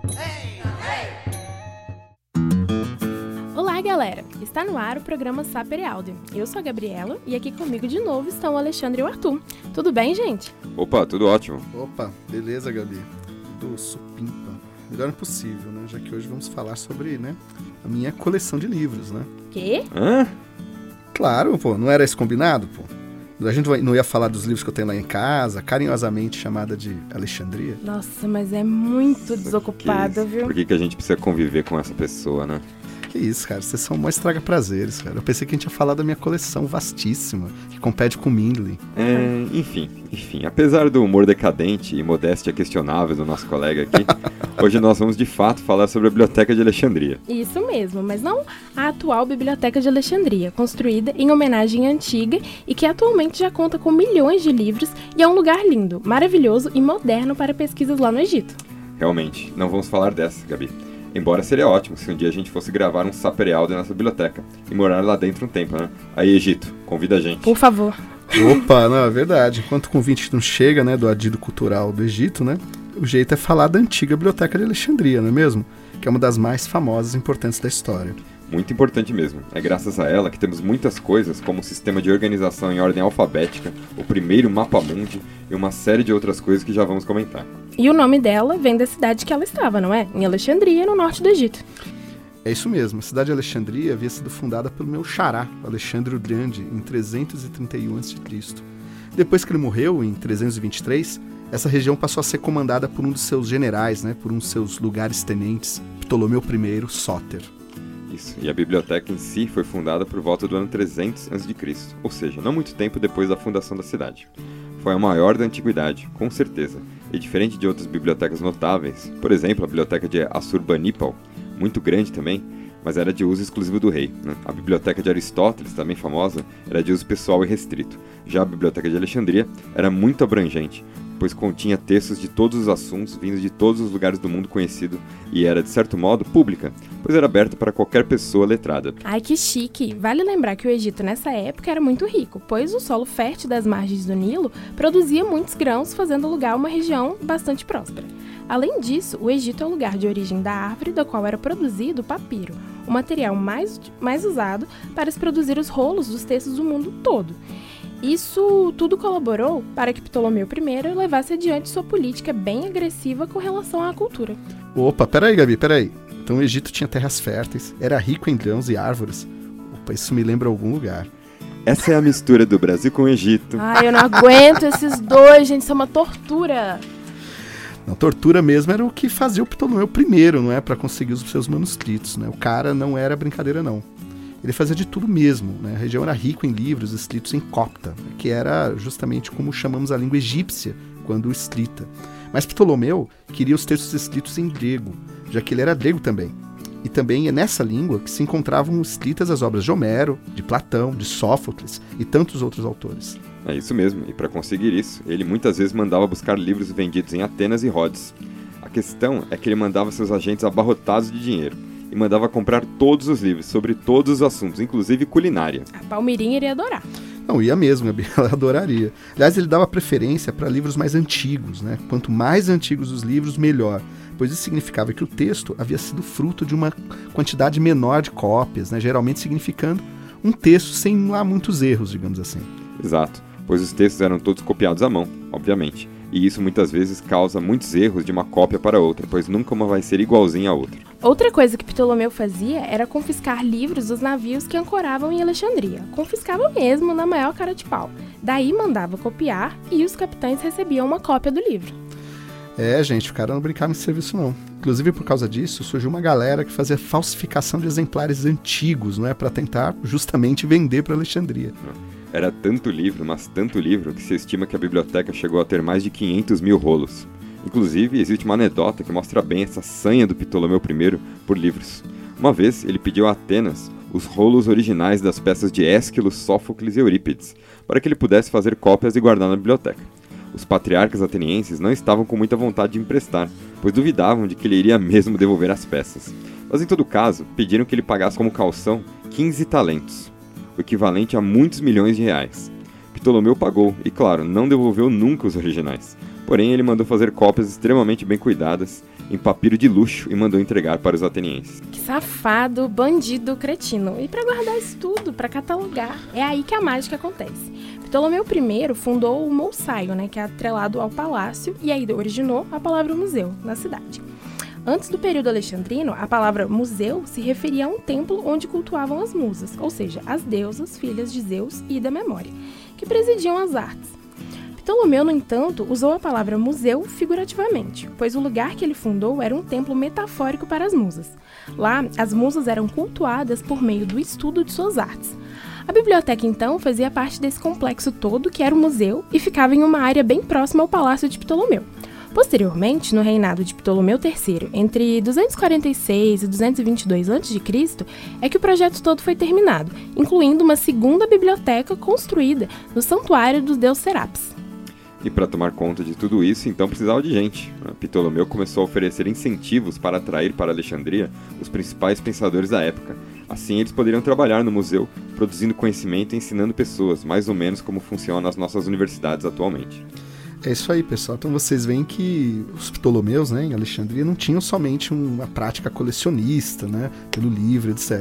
Olá, galera! Está no ar o programa Saper Audio. Eu sou a Gabriela e aqui comigo de novo estão o Alexandre e o Arthur. Tudo bem, gente? Opa, tudo ótimo. Opa, beleza, Gabi? Tudo supimpa. Melhor impossível, né? Já que hoje vamos falar sobre, a minha coleção de livros, né? Quê? Hã? Claro, pô, não era esse combinado, pô? A gente não ia falar dos livros que eu tenho lá em casa, carinhosamente chamada de Alexandria. Nossa, mas é muito desocupada, viu? Por que a gente precisa conviver com essa pessoa, né? Que isso, cara, vocês são mó estraga-prazeres, cara. Eu pensei que a gente ia falar da minha coleção vastíssima, que compete com o Mindley. Enfim, apesar do humor decadente e modéstia questionável do nosso colega aqui, hoje nós vamos de fato falar sobre a Biblioteca de Alexandria. Isso mesmo, mas não a atual Biblioteca de Alexandria, construída em homenagem à antiga e que atualmente já conta com milhões de livros e é um lugar lindo, maravilhoso e moderno para pesquisas lá no Egito. Realmente, não vamos falar dessa, Gabi. Embora seria ótimo se um dia a gente fosse gravar um Saper Audio nessa biblioteca e morar lá dentro um tempo, né? Aí, Egito, convida a gente. Por favor. Opa, não, é verdade. Enquanto o convite não chega, do adido cultural do Egito, o jeito é falar da antiga Biblioteca de Alexandria, não é mesmo? Que é uma das mais famosas e importantes da história. Muito importante mesmo. É graças a ela que temos muitas coisas, como o sistema de organização em ordem alfabética, o primeiro mapa mundi e uma série de outras coisas que já vamos comentar. E o nome dela vem da cidade que ela estava, não é? Em Alexandria, no norte do Egito. É isso mesmo. A cidade de Alexandria havia sido fundada pelo meu xará, Alexandre o Grande, em 331 a.C. Depois que ele morreu, em 323, essa região passou a ser comandada por um dos seus generais, por um dos seus lugares tenentes, Ptolomeu I Sóter. Isso, e a biblioteca em si foi fundada por volta do ano 300 a.C., ou seja, não muito tempo depois da fundação da cidade. Foi a maior da antiguidade, com certeza, e diferente de outras bibliotecas notáveis, por exemplo, a biblioteca de Assurbanipal, muito grande também, mas era de uso exclusivo do rei. A biblioteca de Aristóteles, também famosa, era de uso pessoal e restrito. Já a biblioteca de Alexandria era muito abrangente, pois continha textos de todos os assuntos vindos de todos os lugares do mundo conhecido e era, de certo modo, pública, pois era aberta para qualquer pessoa letrada. Ai, que chique! Vale lembrar que o Egito nessa época era muito rico, pois o solo fértil das margens do Nilo produzia muitos grãos, fazendo lugar a uma região bastante próspera. Além disso, o Egito é o lugar de origem da árvore da qual era produzido o papiro, o material mais usado para se produzir os rolos dos textos do mundo todo. Isso tudo colaborou para que Ptolomeu I levasse adiante sua política bem agressiva com relação à cultura. Opa, peraí, Gabi, peraí. Então o Egito tinha terras férteis, era rico em grãos e árvores. Opa, isso me lembra algum lugar. Essa é a mistura do Brasil com o Egito. Ai, eu não aguento esses dois, gente, isso é uma tortura. Não, tortura mesmo era o que fazia o Ptolomeu I, não é? Para conseguir os seus manuscritos, O cara não era brincadeira, não. Ele fazia de tudo mesmo, A região era rica em livros escritos em copta, que era justamente como chamamos a língua egípcia quando escrita. Mas Ptolomeu queria os textos escritos em grego, já que ele era grego também. E também é nessa língua que se encontravam escritas as obras de Homero, de Platão, de Sófocles e tantos outros autores. É isso mesmo, e para conseguir isso, ele muitas vezes mandava buscar livros vendidos em Atenas e Rhodes. A questão é que ele mandava seus agentes abarrotados de dinheiro e mandava comprar todos os livros sobre todos os assuntos, inclusive culinária. A Palmirinha iria adorar. Não, ia mesmo, ela adoraria. Aliás, ele dava preferência para livros mais antigos, Quanto mais antigos os livros, melhor, pois isso significava que o texto havia sido fruto de uma quantidade menor de cópias, geralmente significando um texto sem lá muitos erros, digamos assim. Exato, pois os textos eram todos copiados à mão, obviamente, e isso muitas vezes causa muitos erros de uma cópia para outra, pois nunca uma vai ser igualzinha à outra. Outra coisa que Ptolomeu fazia era confiscar livros dos navios que ancoravam em Alexandria. Confiscava mesmo, na maior cara de pau. Daí mandava copiar e os capitães recebiam uma cópia do livro. É, gente, o cara não brincava nesse serviço, não. Inclusive, por causa disso, surgiu uma galera que fazia falsificação de exemplares antigos, para tentar justamente vender para Alexandria. Era tanto livro, mas tanto livro, que se estima que a biblioteca chegou a ter mais de 500 mil rolos. Inclusive, existe uma anedota que mostra bem essa sanha do Ptolomeu I por livros. Uma vez, ele pediu a Atenas os rolos originais das peças de Ésquilo, Sófocles e Eurípides, para que ele pudesse fazer cópias e guardar na biblioteca. Os patriarcas atenienses não estavam com muita vontade de emprestar, pois duvidavam de que ele iria mesmo devolver as peças. Mas em todo caso, pediram que ele pagasse como caução 15 talentos, o equivalente a muitos milhões de reais. Ptolomeu pagou e, claro, não devolveu nunca os originais, Porém, ele mandou fazer cópias extremamente bem cuidadas, em papiro de luxo, e mandou entregar para os atenienses. Que safado, bandido, cretino. E para guardar isso tudo, para catalogar, é aí que a mágica acontece. Ptolomeu I fundou o Moussaio, que é atrelado ao palácio, e aí originou a palavra museu na cidade. Antes do período alexandrino, a palavra museu se referia a um templo onde cultuavam as musas, ou seja, as deusas, filhas de Zeus e da memória, que presidiam as artes. Ptolomeu, no entanto, usou a palavra museu figurativamente, pois o lugar que ele fundou era um templo metafórico para as musas. Lá, as musas eram cultuadas por meio do estudo de suas artes. A biblioteca, então, fazia parte desse complexo todo, que era o museu, e ficava em uma área bem próxima ao palácio de Ptolomeu. Posteriormente, no reinado de Ptolomeu III, entre 246 e 222 a.C., é que o projeto todo foi terminado, incluindo uma segunda biblioteca construída no santuário do deus Serapis. E para tomar conta de tudo isso, então precisava de gente. Ptolomeu começou a oferecer incentivos para atrair para Alexandria os principais pensadores da época. Assim, eles poderiam trabalhar no museu, produzindo conhecimento e ensinando pessoas, mais ou menos como funcionam as nossas universidades atualmente. É isso aí, pessoal. Então vocês veem que os Ptolomeus, em Alexandria, não tinham somente uma prática colecionista, pelo livro, etc.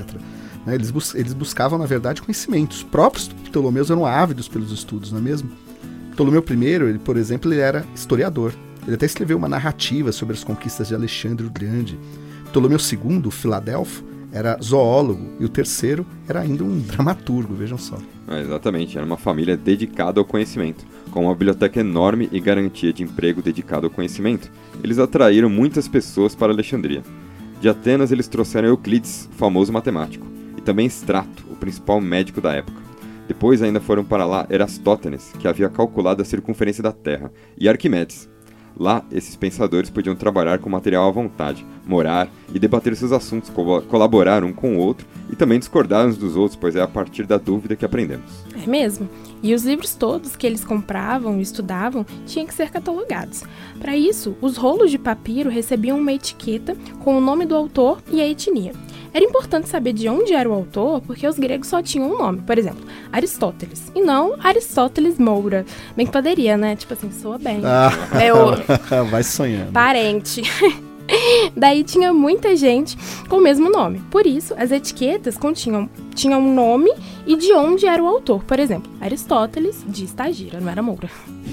Eles buscavam, na verdade, conhecimentos. Os próprios Ptolomeus eram ávidos pelos estudos, não é mesmo? Ptolomeu I, por exemplo, ele era historiador. Ele até escreveu uma narrativa sobre as conquistas de Alexandre o Grande. Ptolomeu II, o Filadelfo, era zoólogo, e o terceiro era ainda um dramaturgo, vejam só. Exatamente, era uma família dedicada ao conhecimento, com uma biblioteca enorme e garantia de emprego dedicado ao conhecimento. Eles atraíram muitas pessoas para Alexandria. De Atenas eles trouxeram Euclides, o famoso matemático, e também Strato, o principal médico da época. Depois ainda foram para lá Erastótenes, que havia calculado a circunferência da Terra, e Arquimedes. Lá, esses pensadores podiam trabalhar com material à vontade, morar e debater seus assuntos, colaborar um com o outro e também discordar uns dos outros, pois é a partir da dúvida que aprendemos. É mesmo? E os livros todos que eles compravam e estudavam tinham que ser catalogados. Para isso, os rolos de papiro recebiam uma etiqueta com o nome do autor e a etnia. Era importante saber de onde era o autor, porque os gregos só tinham um nome, por exemplo, Aristóteles, e não Aristóteles Moura. Bem que poderia, Tipo assim, soa bem. Vai sonhando. Parente. Daí tinha muita gente com o mesmo nome. Por isso, as etiquetas tinham um nome e de onde era o autor. Por exemplo, Aristóteles de Estagira, não era Moura.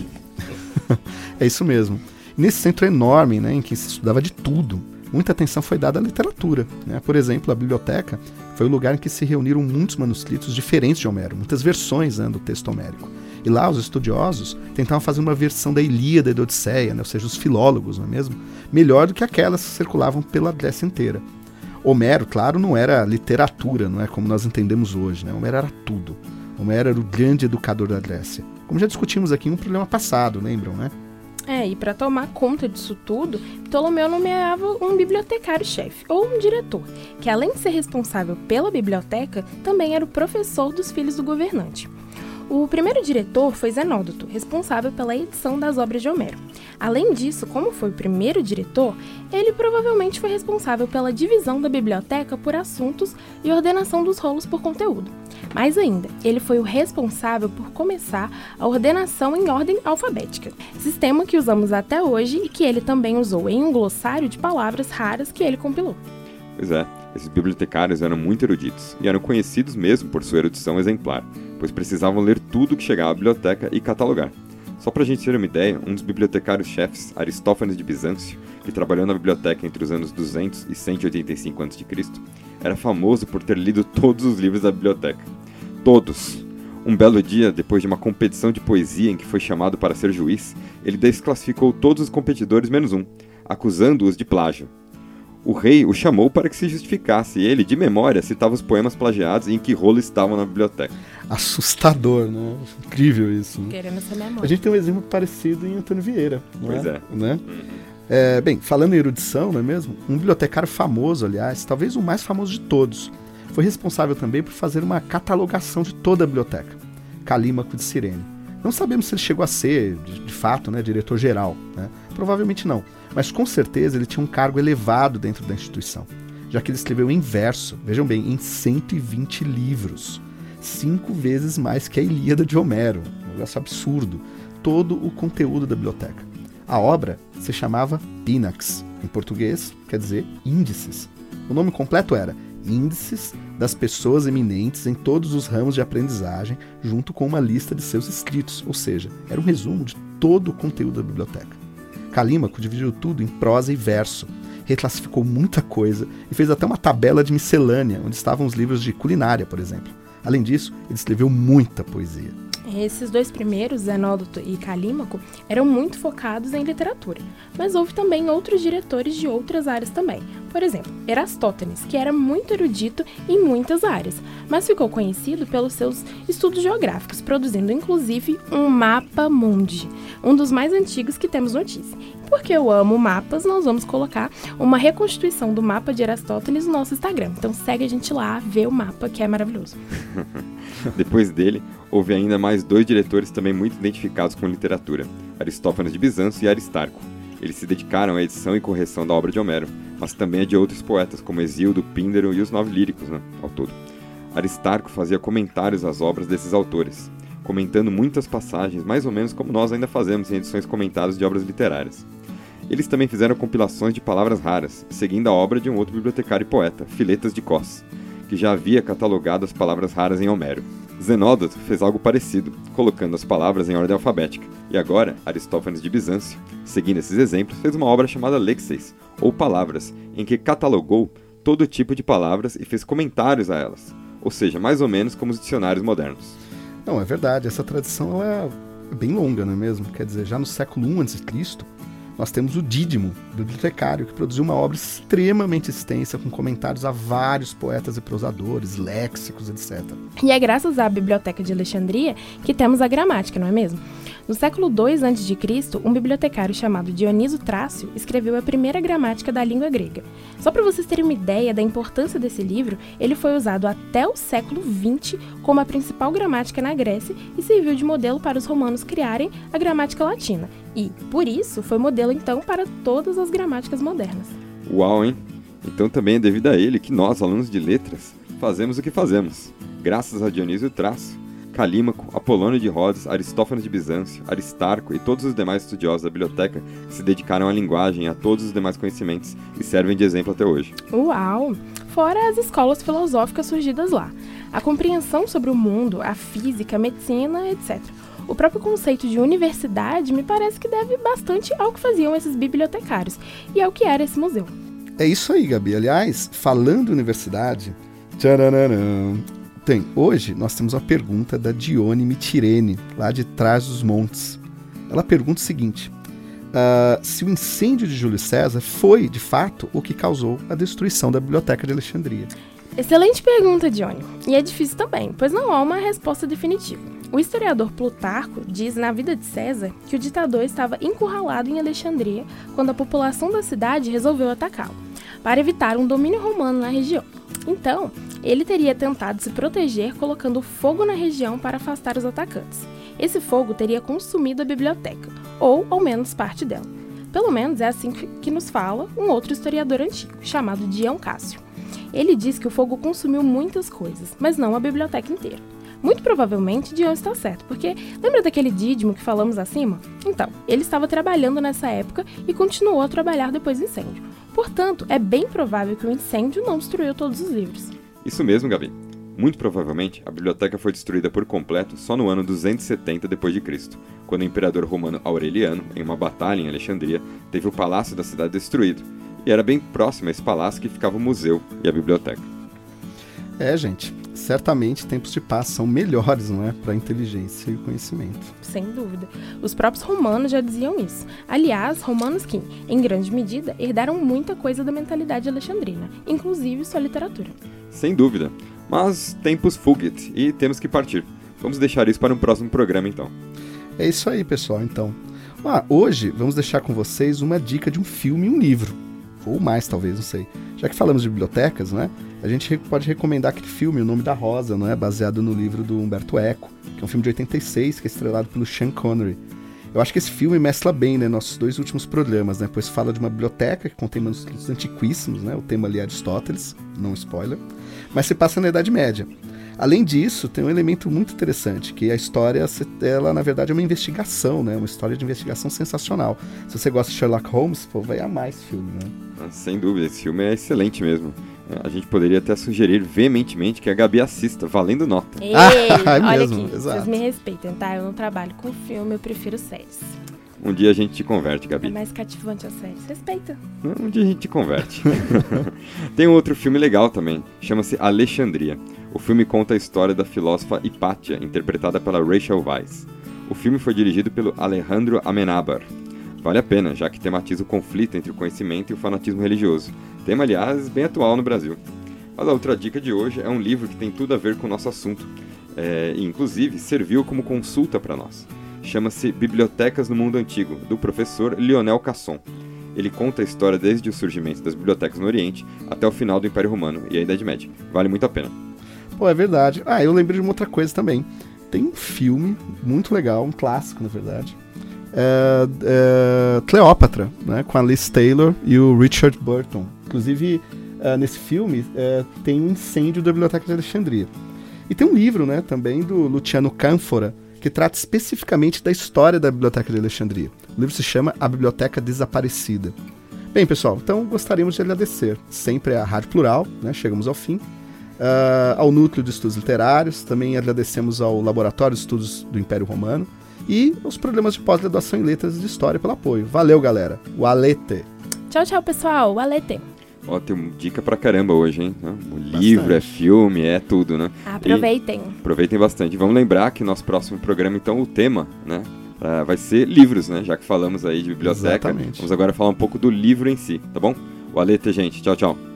É isso mesmo. Nesse centro enorme, em que se estudava de tudo, muita atenção foi dada à literatura. Por exemplo, a biblioteca foi o lugar em que se reuniram muitos manuscritos diferentes de Homero, muitas versões do texto homérico. E lá os estudiosos tentavam fazer uma versão da Ilíada e da Odisseia, ou seja, os filólogos, não é mesmo? Melhor do que aquelas que circulavam pela Grécia inteira. Homero, claro, não era literatura, não é como nós entendemos hoje, Homero era tudo. Homero era o grande educador da Grécia. Como já discutimos aqui em um programa passado, lembram, E para tomar conta disso tudo, Ptolomeu nomeava um bibliotecário-chefe, ou um diretor, que além de ser responsável pela biblioteca, também era o professor dos filhos do governante. O primeiro diretor foi Zenódoto, responsável pela edição das obras de Homero. Além disso, como foi o primeiro diretor, ele provavelmente foi responsável pela divisão da biblioteca por assuntos e ordenação dos rolos por conteúdo. Mais ainda, ele foi o responsável por começar a ordenação em ordem alfabética, sistema que usamos até hoje e que ele também usou em um glossário de palavras raras que ele compilou. Pois é, esses bibliotecários eram muito eruditos e eram conhecidos mesmo por sua erudição exemplar, pois precisavam ler tudo que chegava à biblioteca e catalogar. Só para a gente ter uma ideia, um dos bibliotecários-chefes, Aristófanes de Bizâncio, que trabalhou na biblioteca entre os anos 200 e 185 a.C., era famoso por ter lido todos os livros da biblioteca. Todos! Um belo dia, depois de uma competição de poesia em que foi chamado para ser juiz, ele desclassificou todos os competidores menos um, acusando-os de plágio. O rei o chamou para que se justificasse e ele, de memória, citava os poemas plagiados e em que rolo estavam na biblioteca. Assustador, Incrível isso. Querendo essa memória. A gente tem um exemplo parecido em Antônio Vieira. Pois é. Bem, falando em erudição, não é mesmo? Um bibliotecário famoso, aliás, talvez o mais famoso de todos, foi responsável também por fazer uma catalogação de toda a biblioteca. Calímaco de Cirene. Não sabemos se ele chegou a ser, de fato, diretor-geral. Provavelmente não. Mas com certeza ele tinha um cargo elevado dentro da instituição, já que ele escreveu em verso, vejam bem, em 120 livros, 5 vezes mais que a Ilíada de Homero, um negócio absurdo, todo o conteúdo da biblioteca. A obra se chamava Pinax, em português quer dizer índices. O nome completo era Índices das Pessoas Eminentes em Todos os Ramos de Aprendizagem, junto com uma lista de seus escritos, ou seja, era um resumo de todo o conteúdo da biblioteca. Calímaco dividiu tudo em prosa e verso, reclassificou muita coisa e fez até uma tabela de miscelânea, onde estavam os livros de culinária, por exemplo. Além disso, ele escreveu muita poesia. Esses dois primeiros, Zenódoto e Calímaco, eram muito focados em literatura, mas houve também outros diretores de outras áreas também. Por exemplo, Erastótenes, que era muito erudito em muitas áreas, mas ficou conhecido pelos seus estudos geográficos, produzindo inclusive um Mapa Mundi, um dos mais antigos que temos notícia. Porque eu amo mapas, nós vamos colocar uma reconstituição do mapa de Erastótenes no nosso Instagram. Então segue a gente lá, vê o mapa, que é maravilhoso. Depois dele, houve ainda mais 2 diretores também muito identificados com literatura, Aristófanes de Bizâncio e Aristarco. Eles se dedicaram à edição e correção da obra de Homero, mas também a de outros poetas, como Hesíodo, Píndaro e os 9 líricos, ao todo. Aristarco fazia comentários às obras desses autores, comentando muitas passagens, mais ou menos como nós ainda fazemos em edições comentadas de obras literárias. Eles também fizeram compilações de palavras raras, seguindo a obra de um outro bibliotecário e poeta, Filetas de Cos, que já havia catalogado as palavras raras em Homero. Zenódoto fez algo parecido, colocando as palavras em ordem alfabética, e agora Aristófanes de Bizâncio, seguindo esses exemplos, fez uma obra chamada Lexeis, ou Palavras, em que catalogou todo tipo de palavras e fez comentários a elas, ou seja, mais ou menos como os dicionários modernos. Não, é verdade, essa tradição é bem longa, não é mesmo? Quer dizer, já no século I a.C., nós temos o Dídimo, bibliotecário, que produziu uma obra extremamente extensa, com comentários a vários poetas e prosadores, léxicos, etc. E é graças à Biblioteca de Alexandria que temos a gramática, não é mesmo? No século II a.C., um bibliotecário chamado Dioniso Trácio escreveu a primeira gramática da língua grega. Só para vocês terem uma ideia da importância desse livro, ele foi usado até o século XX como a principal gramática na Grécia e serviu de modelo para os romanos criarem a gramática latina. E, por isso, foi modelo então para todas as gramáticas modernas. Uau, hein? Então também é devido a ele que nós, alunos de letras, fazemos o que fazemos. Graças a Dionísio Trácio, Calímaco, Apolônio de Rhodes, Aristófanes de Bizâncio, Aristarco e todos os demais estudiosos da biblioteca que se dedicaram à linguagem e a todos os demais conhecimentos e servem de exemplo até hoje. Uau! Fora as escolas filosóficas surgidas lá, a compreensão sobre o mundo, a física, a medicina, etc. O próprio conceito de universidade me parece que deve bastante ao que faziam esses bibliotecários e ao que era esse museu. É isso aí, Gabi. Aliás, falando em universidade, hoje nós temos uma pergunta da Dione Mitirene, lá de Trás dos Montes. Ela pergunta o seguinte: se o incêndio de Júlio César foi, de fato, o que causou a destruição da Biblioteca de Alexandria? Excelente pergunta, Dione. E é difícil também, pois não há uma resposta definitiva. O historiador Plutarco diz na Vida de César que o ditador estava encurralado em Alexandria quando a população da cidade resolveu atacá-lo, para evitar um domínio romano na região. Então, ele teria tentado se proteger colocando fogo na região para afastar os atacantes. Esse fogo teria consumido a biblioteca, ou ao menos parte dela. Pelo menos é assim que nos fala um outro historiador antigo, chamado Dião Cássio. Ele diz que o fogo consumiu muitas coisas, mas não a biblioteca inteira. Muito provavelmente Dion está certo, porque lembra daquele Dídimo que falamos acima? Então, ele estava trabalhando nessa época e continuou a trabalhar depois do incêndio. Portanto, é bem provável que o incêndio não destruiu todos os livros. Isso mesmo, Gabi. Muito provavelmente, a biblioteca foi destruída por completo só no ano 270 d.C., quando o imperador romano Aureliano, em uma batalha em Alexandria, teve o palácio da cidade destruído, e era bem próximo a esse palácio que ficava o museu e a biblioteca. Gente, certamente tempos de paz são melhores, não é, para a inteligência e o conhecimento. Sem dúvida. Os próprios romanos já diziam isso. Aliás, romanos que, em grande medida, herdaram muita coisa da mentalidade alexandrina, inclusive sua literatura. Sem dúvida. Mas tempos fugit e temos que partir. Vamos deixar isso para um próximo programa, então. É isso aí, pessoal, então. Hoje vamos deixar com vocês uma dica de um filme e um livro. Ou mais, talvez, não sei. Já que falamos de bibliotecas, né? A gente pode recomendar aquele filme, O Nome da Rosa, não é? Baseado no livro do Umberto Eco, que é um filme de 86, que é estrelado pelo Sean Connery. Eu acho que esse filme mescla bem, né, nossos 2 últimos programas, né? Pois fala de uma biblioteca que contém manuscritos antiquíssimos, né? O tema ali é Aristóteles, não spoiler. Mas se passa na Idade Média. Além disso, tem um elemento muito interessante, que a história, ela na verdade é uma investigação, né? Uma história de investigação sensacional. Se você gosta de Sherlock Holmes, pô, vai amar esse filme, né? Sem dúvida, esse filme é excelente mesmo. A gente poderia até sugerir veementemente que a Gabi assista, valendo nota. Ei, é olha mesmo, aqui, exato. vocês me respeitem, tá? Eu não trabalho com filme, eu prefiro séries. Um dia a gente te converte, É Gabi. mais cativante as séries. Respeita. Um dia a gente te converte. Tem um outro filme legal também, chama-se Alexandria. O filme conta a história da filósofa Hipátia, interpretada pela Rachel Weisz. O filme foi dirigido pelo Alejandro Amenábar. Vale a pena, já que tematiza o conflito entre o conhecimento e o fanatismo religioso. Tema, aliás, bem atual no Brasil. Mas a outra dica de hoje é um livro que tem tudo a ver com o nosso assunto. E, inclusive, serviu como consulta para nós. Chama-se Bibliotecas no Mundo Antigo, do professor Lionel Casson. Ele conta a história desde o surgimento das bibliotecas no Oriente até o final do Império Romano e a Idade Média. Vale muito a pena. Pô, é verdade. Eu lembrei de uma outra coisa também. Tem um filme muito legal, um clássico, na verdade. Cleópatra, né, com a Liz Taylor e o Richard Burton. Inclusive, nesse filme, tem um incêndio da Biblioteca de Alexandria. E tem um livro, né, também do Luciano Canfora, que trata especificamente da história da Biblioteca de Alexandria. O livro se chama A Biblioteca Desaparecida. Bem, pessoal, então gostaríamos de agradecer sempre à Rádio Plural, né, chegamos ao fim, ao Núcleo de Estudos Literários, também agradecemos ao Laboratório de Estudos do Império Romano e aos programas de pós-graduação em Letras e de História pelo apoio. Valeu, galera. O Alete. Tchau, tchau, pessoal. O Alete. Ó, tem dica pra caramba hoje, hein? O livro, é filme, é tudo, né? Aproveitem. Aproveitem bastante. Vamos lembrar que nosso próximo programa, então, o tema, né? Vai ser livros, né? Já que falamos aí de biblioteca. Exatamente. Vamos agora falar um pouco do livro em si, tá bom? O Alete, gente. Tchau, tchau.